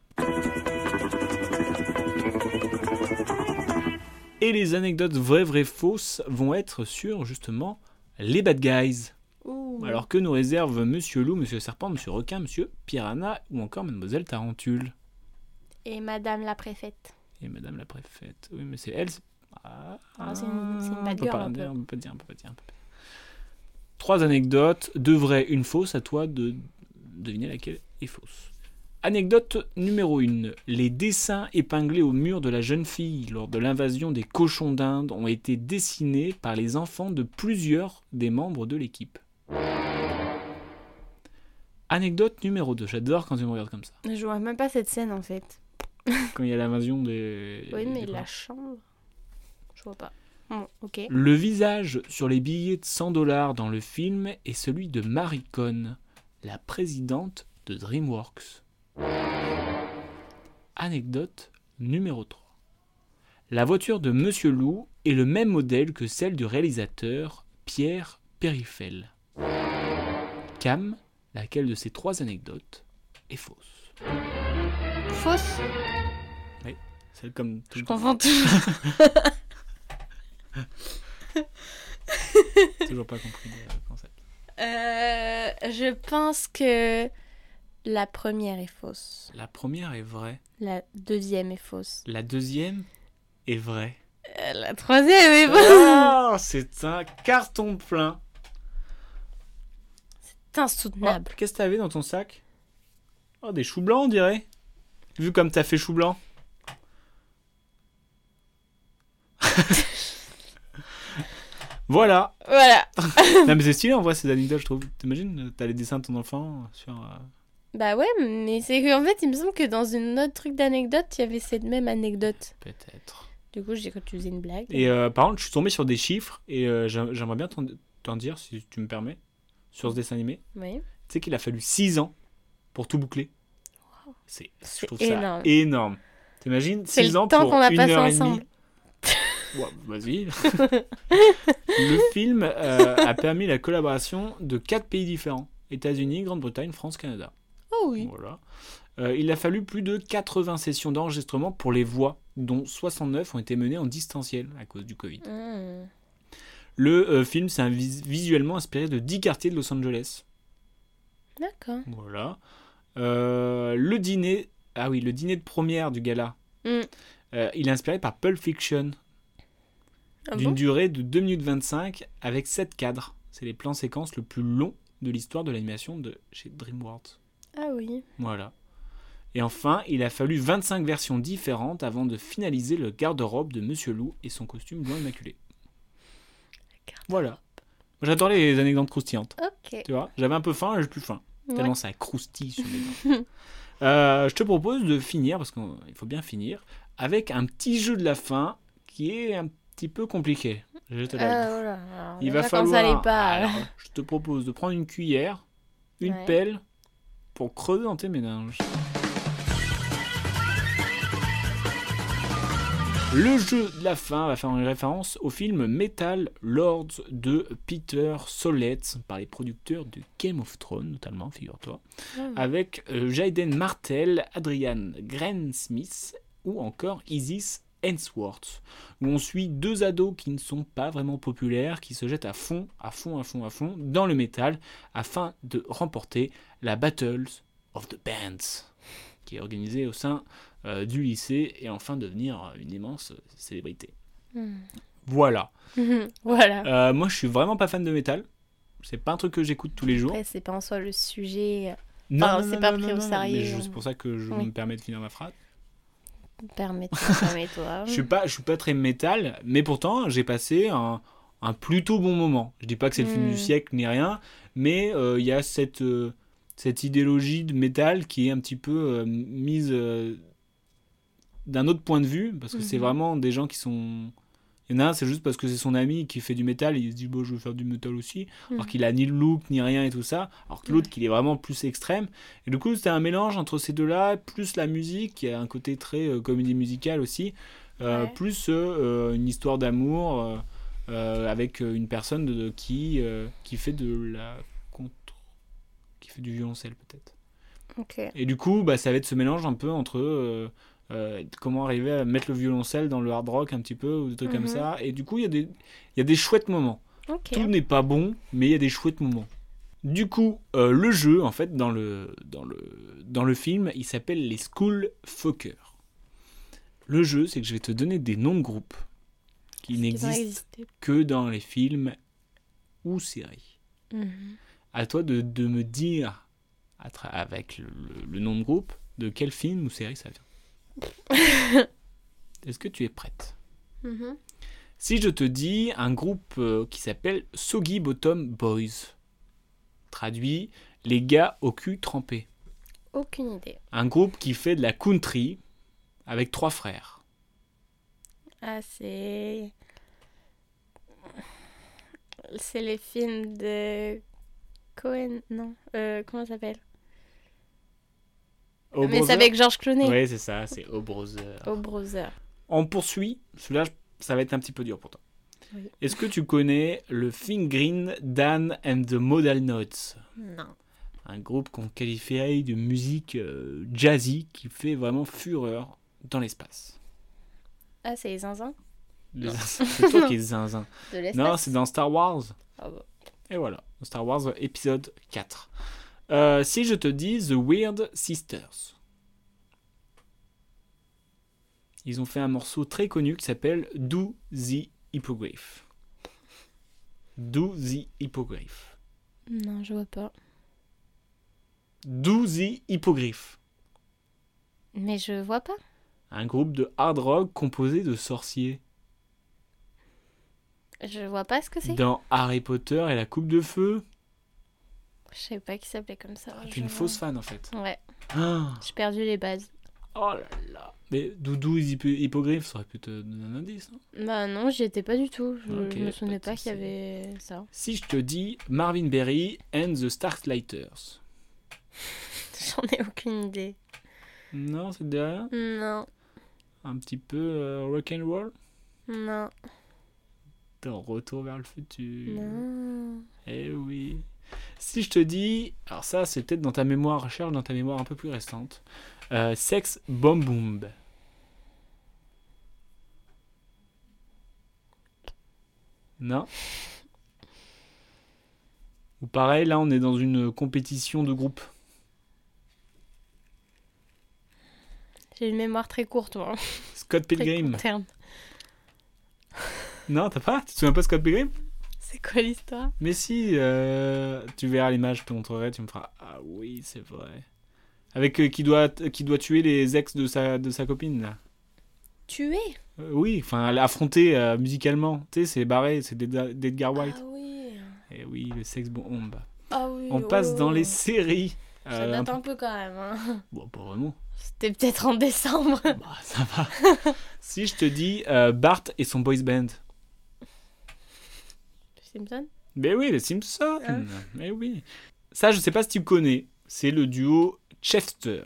Speaker 8: Et les anecdotes vraies, vraies, fausses vont être sur, justement, les bad guys.
Speaker 9: Ouh.
Speaker 8: Alors que nous réserve Monsieur Loup, Monsieur Serpent, Monsieur Requin, Monsieur Piranha ou encore Mademoiselle Tarentule.
Speaker 9: Et madame la préfète.
Speaker 8: Et Madame la Préfète. Oui, mais c'est elle. c'est- Ah,
Speaker 9: Ah, c'est une- c'est une bad
Speaker 8: on peut
Speaker 9: girl,
Speaker 8: pas
Speaker 9: un
Speaker 8: dire,
Speaker 9: peu.
Speaker 8: on peut pas dire, on peut pas dire, on peut pas dire. Trois anecdotes, deux vraies, une fausse. À toi de deviner laquelle est fausse. Anecdote numéro un. Les dessins épinglés au mur de la jeune fille lors de l'invasion des cochons d'Inde ont été dessinés par les enfants de plusieurs des membres de l'équipe. Anecdote numéro deux. J'adore quand tu me regardes comme ça.
Speaker 9: Je vois même pas cette scène en fait.
Speaker 8: Quand il y a l'invasion des...
Speaker 9: Oui, mais
Speaker 8: des
Speaker 9: la
Speaker 8: parents.
Speaker 9: chambre. Je vois pas. Bon, ok.
Speaker 8: Le visage sur les billets de cent dollars dans le film est celui de Marie Cohn, la présidente de DreamWorks. Anecdote numéro trois. La voiture de Monsieur Loup est le même modèle que celle du réalisateur Pierre Périfel. Cam, laquelle de ces trois anecdotes est fausse?
Speaker 9: Fausse.
Speaker 8: Celle comme tout
Speaker 9: Je
Speaker 8: le temps.
Speaker 9: confonds tout.
Speaker 8: Toujours pas compris le concept.
Speaker 9: Euh, je pense que la première est fausse.
Speaker 8: La première est vraie.
Speaker 9: La deuxième est fausse.
Speaker 8: La deuxième est vraie.
Speaker 9: Euh, la troisième est fausse.
Speaker 8: Ah, c'est un carton plein.
Speaker 9: C'est insoutenable.
Speaker 8: Oh, qu'est-ce que t'avais dans ton sac? Oh, des choux blancs, on dirait. Vu comme t'as fait chou blanc. Voilà.
Speaker 9: Voilà.
Speaker 8: Non, mais c'est stylé, en vrai, ces anecdotes, je trouve. T'imagines, t'as les dessins de ton enfant sur... Euh...
Speaker 9: Bah ouais, mais c'est qu'en fait, il me semble que dans une autre truc d'anecdote, il y avait cette même anecdote.
Speaker 8: Peut-être.
Speaker 9: Du coup, j'ai cru que tu faisais une blague.
Speaker 8: Et euh, par contre, je suis tombé sur des chiffres, et euh, j'a- j'aimerais bien t'en, t'en dire, si tu me permets, sur ce dessin animé.
Speaker 9: Oui.
Speaker 8: Tu sais qu'il a fallu six ans pour tout boucler.
Speaker 9: Wow.
Speaker 8: C'est, je
Speaker 9: C'est
Speaker 8: trouve
Speaker 9: énorme.
Speaker 8: ça énorme. T'imagines
Speaker 9: C'est
Speaker 8: six
Speaker 9: le
Speaker 8: ans
Speaker 9: temps
Speaker 8: pour
Speaker 9: qu'on a
Speaker 8: une
Speaker 9: passé
Speaker 8: heure et
Speaker 9: ensemble.
Speaker 8: demie. Ouais, vas-y. Le film euh, a permis la collaboration de quatre pays différents. États-Unis, Grande-Bretagne, France, Canada.
Speaker 9: Oh oui.
Speaker 8: Voilà. Euh, il a fallu plus de quatre-vingts sessions d'enregistrement pour les voix, dont soixante-neuf ont été menées en distanciel à cause du Covid.
Speaker 9: Mmh.
Speaker 8: Le euh, film s'est vis- visuellement inspiré de dix quartiers de Los Angeles.
Speaker 9: D'accord.
Speaker 8: Voilà. Euh, le dîner, ah oui, le dîner de première du gala.
Speaker 9: Mm.
Speaker 8: Euh, il est inspiré par Pulp Fiction,
Speaker 9: Ah
Speaker 8: d'une
Speaker 9: bon
Speaker 8: durée de deux minutes vingt-cinq avec sept cadres. C'est les plans séquences le plus long de l'histoire de l'animation de chez DreamWorks.
Speaker 9: Ah oui.
Speaker 8: Voilà. Et enfin, il a fallu vingt-cinq versions différentes avant de finaliser le garde-robe de Monsieur Loup et son costume blanc immaculé. Voilà. Moi, j'adore les anecdotes croustillantes.
Speaker 9: Ok.
Speaker 8: Tu vois, j'avais un peu faim et j'ai plus faim.
Speaker 9: Ouais.
Speaker 8: Tellement ça croustille sur mes dents. euh, je te propose de finir, parce qu'il faut bien finir, avec un petit jeu de la fin qui est un petit peu compliqué. Je te l'avoue.
Speaker 9: Ah, voilà. Alors,
Speaker 8: Il
Speaker 9: déjà,
Speaker 8: va
Speaker 9: quand ça
Speaker 8: falloir.
Speaker 9: allait pas.
Speaker 8: Alors, je te propose de prendre une cuillère, une
Speaker 9: Ouais.
Speaker 8: pelle, pour creuser dans tes méninges. Le jeu de la fin va faire une référence au film Metal Lords de Peter Sollett par les producteurs de Game of Thrones, notamment, figure-toi,
Speaker 9: Ah,
Speaker 8: avec euh, Jaden Martell, Adrian Grant-Smith ou encore Isis Ainsworth, où on suit deux ados qui ne sont pas vraiment populaires, qui se jettent à fond, à fond, à fond, à fond dans le métal afin de remporter la Battles of the Bands, qui est organisée au sein euh, du lycée et enfin devenir une immense célébrité.
Speaker 9: Hmm.
Speaker 8: Voilà.
Speaker 9: Voilà.
Speaker 8: Euh, moi, je suis vraiment pas fan de métal. C'est pas un truc que j'écoute tous les jours.
Speaker 9: Après, c'est pas en soi le sujet.
Speaker 8: Non,
Speaker 9: Enfin,
Speaker 8: non,
Speaker 9: c'est
Speaker 8: non,
Speaker 9: pas
Speaker 8: non,
Speaker 9: pris
Speaker 8: non,
Speaker 9: au
Speaker 8: non,
Speaker 9: sérieux,
Speaker 8: mais je-
Speaker 9: hein.
Speaker 8: c'est pour ça que je
Speaker 9: Oui.
Speaker 8: me permets de finir ma phrase.
Speaker 9: Permets-toi, permets-toi.
Speaker 8: Je suis pas, je suis pas très métal, mais pourtant j'ai passé un, un plutôt bon moment. Je dis pas que c'est le film
Speaker 9: Mm.
Speaker 8: du siècle ni rien, mais il euh, y a cette, euh, cette idéologie de métal qui est un petit peu euh, mise euh, d'un autre point de vue, parce que c'est
Speaker 9: Mhm.
Speaker 8: vraiment des gens qui sont... Il y en a un, c'est juste parce que c'est son ami qui fait du métal, et il se dit bon, je veux faire du métal aussi, alors
Speaker 9: Mhm.
Speaker 8: qu'il a ni le look ni rien et tout ça, alors que l'autre qu'il est vraiment plus extrême. Et du coup, c'était un mélange entre ces deux-là, plus la musique, qui a un côté très euh, comédie musicale aussi, euh,
Speaker 9: Ouais.
Speaker 8: plus euh, une histoire d'amour euh, euh, avec euh, une personne de, de- qui, euh, qui fait de la contre... qui fait du violoncelle peut-être.
Speaker 9: Ok.
Speaker 8: Et du coup, bah, ça va être ce mélange un peu entre euh, euh, comment arriver à mettre le violoncelle dans le hard rock un petit peu, ou des trucs comme
Speaker 9: Mhm.
Speaker 8: ça. Et du coup, il y a des, il y a des chouettes moments.
Speaker 9: Ok.
Speaker 8: Tout n'est pas bon, mais il y a des chouettes moments. Du coup, euh, le jeu, en fait, dans le, dans le, dans le film, il s'appelle les School Fuckers. Le jeu, c'est que je vais te donner des noms de groupes qui
Speaker 9: Ils ont
Speaker 8: n'existent
Speaker 9: existé.
Speaker 8: que dans les films ou séries.
Speaker 9: Mhm.
Speaker 8: À toi de, de me dire, à tra- avec le, le- le nom de groupe, de quel film ou série ça vient. Est-ce que tu es prête ?
Speaker 9: Mhm.
Speaker 8: Si je te dis un groupe euh, qui s'appelle Soggy Bottom Boys, traduit les gars au cul trempé.
Speaker 9: Aucune idée.
Speaker 8: Un groupe qui fait de la country avec trois frères.
Speaker 9: Ah, c'est. C'est les films de. Cohen, non. Euh, comment ça s'appelle
Speaker 8: Oh
Speaker 9: Mais c'est avec George Clooney.
Speaker 8: Oui, c'est ça, c'est Oh Brother.
Speaker 9: Oh, Brother.
Speaker 8: On poursuit. Celui-là, ça va être un petit peu dur pour toi.
Speaker 9: Oui.
Speaker 8: Est-ce que tu connais le Fingrin Dan and the Modal Notes ?
Speaker 9: Non.
Speaker 8: Un groupe qu'on qualifierait de musique euh, jazzy qui fait vraiment fureur dans l'espace.
Speaker 9: Ah, c'est les zinzins
Speaker 8: Les zinzins. C'est toi qui es zinzin.
Speaker 9: de l'espace.
Speaker 8: Non, c'est dans Star Wars.
Speaker 9: Ah bah.
Speaker 8: Et voilà, Star Wars épisode quatre. Euh, si je te dis The Weird Sisters. Ils ont fait un morceau très connu qui s'appelle Do the Hippogriff. Do the Hippogriff.
Speaker 9: Non, je vois pas.
Speaker 8: douze Hippogriffes.
Speaker 9: Mais je vois pas.
Speaker 8: Un groupe de hard rock composé de sorciers.
Speaker 9: Je vois pas ce que c'est.
Speaker 8: Dans Harry Potter et la Coupe de Feu.
Speaker 9: Je savais pas qu'il s'appelait comme ça.
Speaker 8: T'es
Speaker 9: Je-
Speaker 8: une fausse fan en fait.
Speaker 9: Ouais,
Speaker 8: Ah.
Speaker 9: j'ai perdu les bases.
Speaker 8: Oh là là. Mais douze Hippogriffes, ça aurait pu te donner un indice. Hein.
Speaker 9: Bah non, j'y étais pas du tout. Je,
Speaker 8: Ok,
Speaker 9: je me souvenais
Speaker 8: pas de
Speaker 9: pas qu'il y
Speaker 8: souci.
Speaker 9: avait ça.
Speaker 8: Si je te dis Marvin Berry and the Starlighters.
Speaker 9: J'en ai aucune idée.
Speaker 8: Non, c'est derrière.
Speaker 9: Non,
Speaker 8: Un petit peu euh, rock'n'roll.
Speaker 9: non,
Speaker 8: Dans Retour vers le futur.
Speaker 9: non.
Speaker 8: Eh oui. Si je te dis, alors ça c'est peut-être dans ta mémoire, recherche dans ta mémoire un peu plus récente. Euh, Sex Bomb Boom. Non. Ou pareil, là on est dans une compétition de groupe.
Speaker 9: J'ai une mémoire très courte, moi.
Speaker 8: Scott
Speaker 9: Très
Speaker 8: Pilgrim.
Speaker 9: court terme.
Speaker 8: Non, t'as pas? Tu te souviens pas de Scott Pilgrim?
Speaker 9: C'est quoi l'histoire?
Speaker 8: Mais si, euh, tu verras l'image, je te montrerai, tu me feras ah oui, c'est vrai. Avec euh, qui doit qui doit tuer les ex de sa de sa copine là.
Speaker 9: Tuer?
Speaker 8: Euh, oui, enfin l'affronter euh, musicalement. Tu sais, c'est barré, c'est d'Ed- d'Edgar White.
Speaker 9: Ah oui.
Speaker 8: Et oui, le sexe bombe.
Speaker 9: Ah oui.
Speaker 8: On
Speaker 9: oh.
Speaker 8: passe dans les séries.
Speaker 9: Ça
Speaker 8: Euh,
Speaker 9: date
Speaker 8: un
Speaker 9: un peu quand même. Hein.
Speaker 8: peu- Bon, pas vraiment.
Speaker 9: C'était peut-être en décembre.
Speaker 8: Bah, ça va. Si je te dis euh, Bart et son boys band.
Speaker 9: Simpson?
Speaker 8: Mais oui, les Simpsons.
Speaker 9: Ah.
Speaker 8: Mais oui. Ça, je sais pas si tu connais. C'est le duo Chester.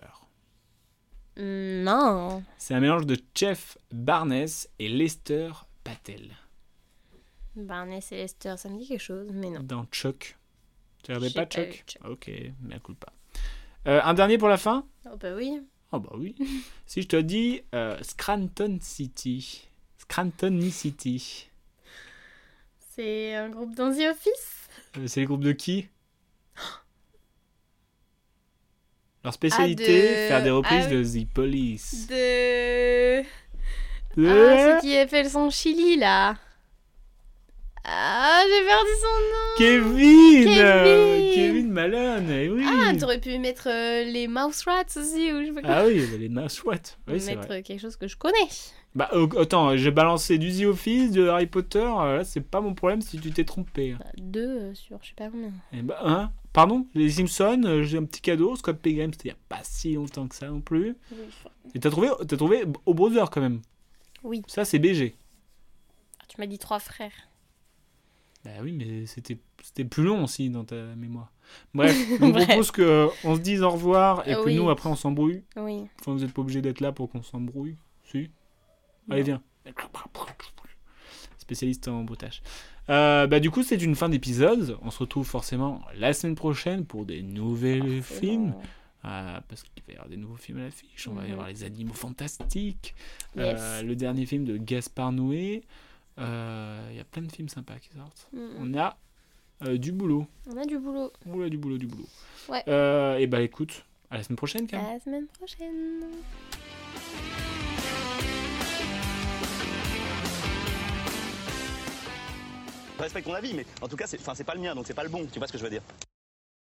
Speaker 9: Non.
Speaker 8: C'est un mélange de Jeff Barnes et Lester Patel.
Speaker 9: Barney et Lester, ça me dit quelque chose, mais non.
Speaker 8: Dans Chuck. Tu regardais
Speaker 9: J'ai
Speaker 8: pas
Speaker 9: pas
Speaker 8: Chuck,
Speaker 9: vu Chuck.
Speaker 8: Ok, mais cool pas. Euh, un dernier pour la fin.
Speaker 9: Oh bah oui.
Speaker 8: Oh bah oui. Si je te dis euh, Scranton City. Scranton City.
Speaker 9: C'est un groupe dans The Office.
Speaker 8: Euh, c'est le groupe de qui? Leur spécialité,
Speaker 9: Ah, de-
Speaker 8: faire des reprises
Speaker 9: ah oui.
Speaker 8: de The Police.
Speaker 9: De...
Speaker 8: Euh,
Speaker 9: Ah, c'est qui a fait son chili, là. Ah, j'ai perdu son nom.
Speaker 8: Kevin
Speaker 9: Kevin.
Speaker 8: euh, Kevin Malone, eh oui.
Speaker 9: Ah, t'aurais pu mettre euh, les Mouse Rats aussi, ou je sais pas quoi.
Speaker 8: Ah oui, les Mouse What. Oui, c'est
Speaker 9: mettre
Speaker 8: vrai.
Speaker 9: euh, quelque chose que je connais.
Speaker 8: Bah, euh, attends, j'ai balancé du The Office, de Harry Potter, euh, là, c'est pas mon problème si tu t'es trompé.
Speaker 9: Bah, deux euh, sur je sais pas combien.
Speaker 8: Eh bah, hein Pardon, les Simpsons, euh, j'ai un petit cadeau, Scott Pilgrim, c'était il y a pas si longtemps que ça non plus. Et t'as trouvé, t'as trouvé au Brother quand même.
Speaker 9: Oui.
Speaker 8: Ça, c'est B G.
Speaker 9: Ah, tu m'as dit trois frères.
Speaker 8: Bah oui, mais c'était, c'était plus long aussi dans ta mémoire. Bref, on
Speaker 9: Bref.
Speaker 8: propose qu'on se dise au revoir et
Speaker 9: Euh,
Speaker 8: que
Speaker 9: oui.
Speaker 8: nous, après, on s'embrouille.
Speaker 9: Oui.
Speaker 8: Enfin, vous n'êtes pas obligé d'être là pour qu'on s'embrouille. Si. Allez, viens. Spécialiste en broutage. Euh, bah, du coup, c'est une fin d'épisode. On se retrouve forcément la semaine prochaine pour des nouvelles films. Euh, parce qu'il va y avoir des nouveaux films à l'affiche. On va y
Speaker 9: Mhm.
Speaker 8: avoir Les Animaux Fantastiques.
Speaker 9: Yes.
Speaker 8: Euh, le dernier film de Gaspard Noé. Euh, Il y a plein de films sympas qui sortent.
Speaker 9: Mm.
Speaker 8: On a euh, du boulot.
Speaker 9: On a du boulot.
Speaker 8: Oula, du boulot, du boulot.
Speaker 9: Ouais.
Speaker 8: Euh, et bah écoute, à la semaine prochaine, quand même.
Speaker 9: À la semaine prochaine.
Speaker 3: Je respecte ton avis, mais en tout cas, c'est, enfin, c'est pas le mien, donc c'est pas le bon. Tu vois ce que je veux dire?